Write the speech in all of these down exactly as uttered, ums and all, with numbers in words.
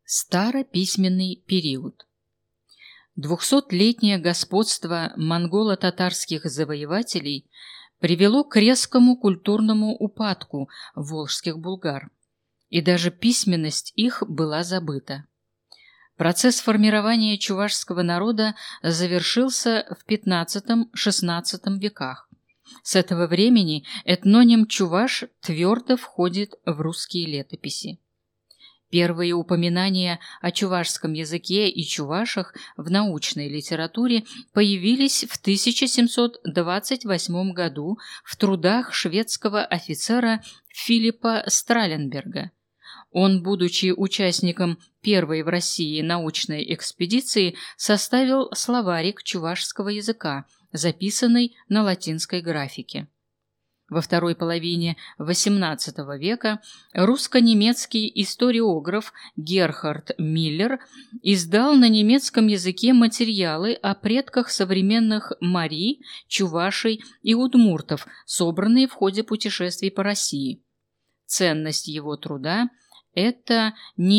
Старописьменный период. Двухсотлетнее господство монголо-татарских завоевателей привело к резкому культурному упадку волжских булгар, и даже письменность их была забыта. Процесс формирования чувашского народа завершился в пятнадцатом-шестнадцатом веках. С этого времени этноним «чуваш» твердо входит в русские летописи. Первые упоминания о чувашском языке и чувашах в научной литературе появились в тысяча семьсот двадцать восьмом году в трудах шведского офицера Филиппа Страленберга. Он, будучи участником первой в России научной экспедиции, составил словарик чувашского языка, записанный на латинской графике. Во второй половине восемнадцатого века русско-немецкий историограф Герхард Миллер издал на немецком языке материалы о предках современных мари, чувашей и удмуртов, собранные в ходе путешествий по России. Ценность его труда – это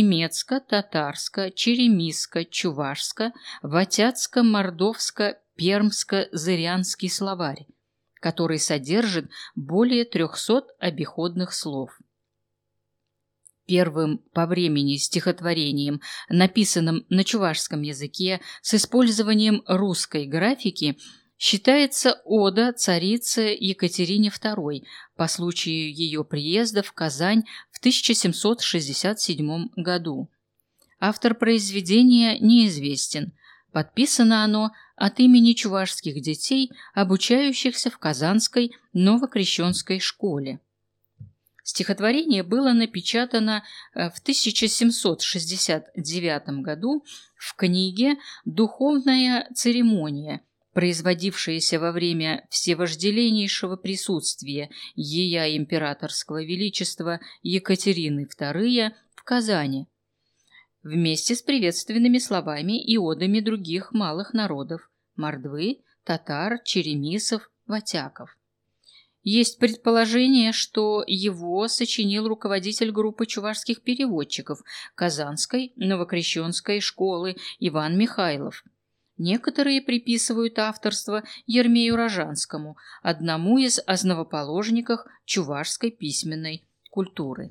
немецко-татарско-черемиско-чувашско-ватяцко-мордовско-пермско-зырянский словарь, который содержит более трехсот обиходных слов. Первым по времени стихотворением, написанным на чувашском языке с использованием русской графики, считается ода царице Екатерине второй по случаю ее приезда в Казань в тысяча семьсот шестьдесят седьмом году. Автор произведения неизвестен. Подписано оно от имени чувашских детей, обучающихся в Казанской новокрещенской школе. Стихотворение было напечатано в тысяча семьсот шестьдесят девятом году в книге «Духовная церемония», производившаяся во время всевожделеннейшего присутствия ея императорского величества Екатерины второй в Казани, вместе с приветственными словами и одами других малых народов – мордвы, татар, черемисов, ватяков. Есть предположение, что его сочинил руководитель группы чувашских переводчиков Казанской новокрещенской школы Иван Михайлов. Некоторые приписывают авторство Ермею Рожанскому, одному из основоположников чувашской письменной культуры.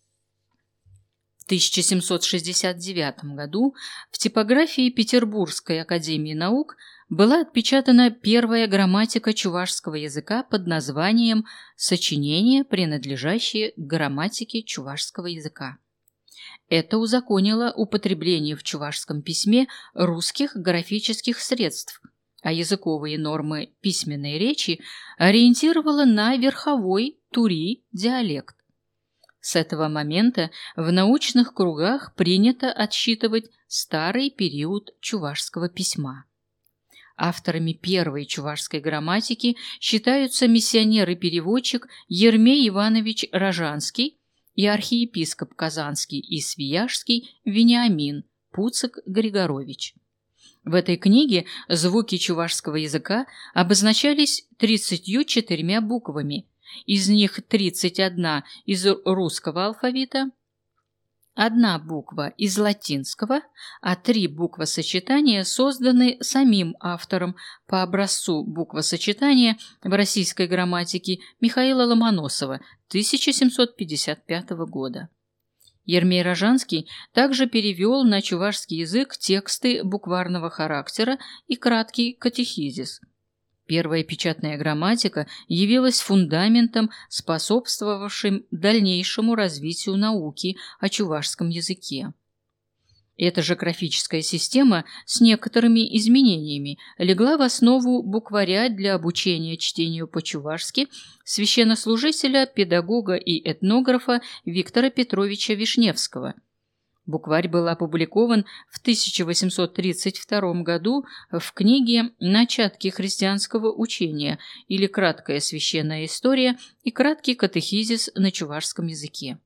В тысяча семьсот шестьдесят девятом году в типографии Петербургской академии наук была отпечатана первая грамматика чувашского языка под названием «Сочинение, принадлежащее к грамматике чувашского языка». Это узаконило употребление в чувашском письме русских графических средств, а языковые нормы письменной речи ориентировало на верховой тури диалект. С этого момента в научных кругах принято отсчитывать старый период чувашского письма. Авторами первой чувашской грамматики считаются миссионер и переводчик Ермей Иванович Рожанский и архиепископ Казанский и Свияжский Вениамин Пуцик Григорович. В этой книге звуки чувашского языка обозначались тридцатью четырьмя буквами, из них тридцать одна из русского алфавита, одна буква из латинского, а три буквосочетания созданы самим автором по образцу буквосочетания в российской грамматике Михаила Ломоносова тысяча семьсот пятьдесят пятого года. Ермей Рожанский также перевел на чувашский язык тексты букварного характера и краткий катехизис. Первая печатная грамматика явилась фундаментом, способствовавшим дальнейшему развитию науки о чувашском языке. Эта же графическая система с некоторыми изменениями легла в основу букваря для обучения чтению по-чувашски священнослужителя, педагога и этнографа Виктора Петровича Вишневского. Букварь был опубликован в тысяча восемьсот тридцать втором году в книге «Начатки христианского учения» или «Краткая священная история» и «Краткий катехизис на чувашском языке».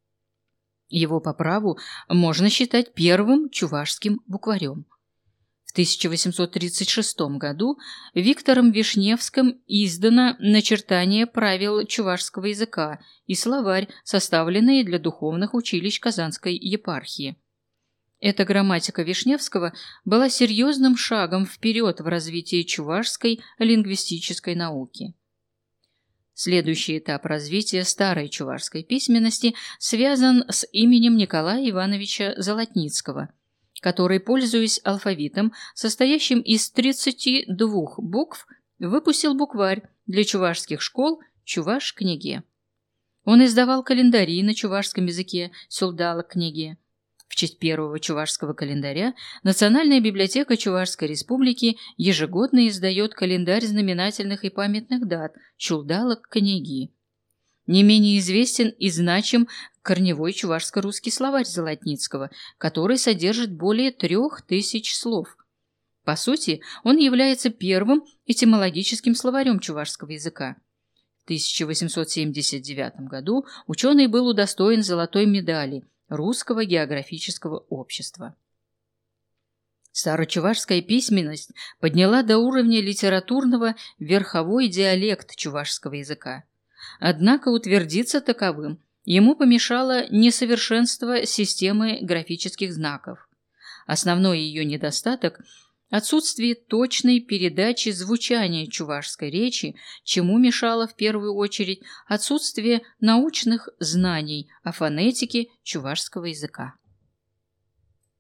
Его по праву можно считать первым чувашским букварем. В тысяча восемьсот тридцать шестом году Виктором Вишневским издано «Начертание правил чувашского языка» и словарь, составленные для духовных училищ Казанской епархии. Эта грамматика Вишневского была серьезным шагом вперед в развитии чувашской лингвистической науки. Следующий этап развития старой чувашской письменности связан с именем Николая Ивановича Золотницкого, который, пользуясь алфавитом, состоящим из тридцати двух букв, выпустил букварь для чувашских школ «Чуваш-книге». Он издавал календари на чувашском языке «Сюлдалык-книге». В честь первого чувашского календаря Национальная библиотека Чувашской республики ежегодно издает календарь знаменательных и памятных дат «Чулдалык-книги». Не менее известен и значим корневой чувашско-русский словарь Золотницкого, который содержит более трех тысяч слов. По сути, он является первым этимологическим словарем чувашского языка. В тысяча восемьсот семьдесят девятом году ученый был удостоен золотой медали Русского географического общества. Старочувашская письменность подняла до уровня литературного верховой диалект чувашского языка. Однако утвердиться таковым ему помешало несовершенство системы графических знаков. Основной ее недостаток – отсутствие точной передачи звучания чувашской речи, чему мешало в первую очередь отсутствие научных знаний о фонетике чувашского языка.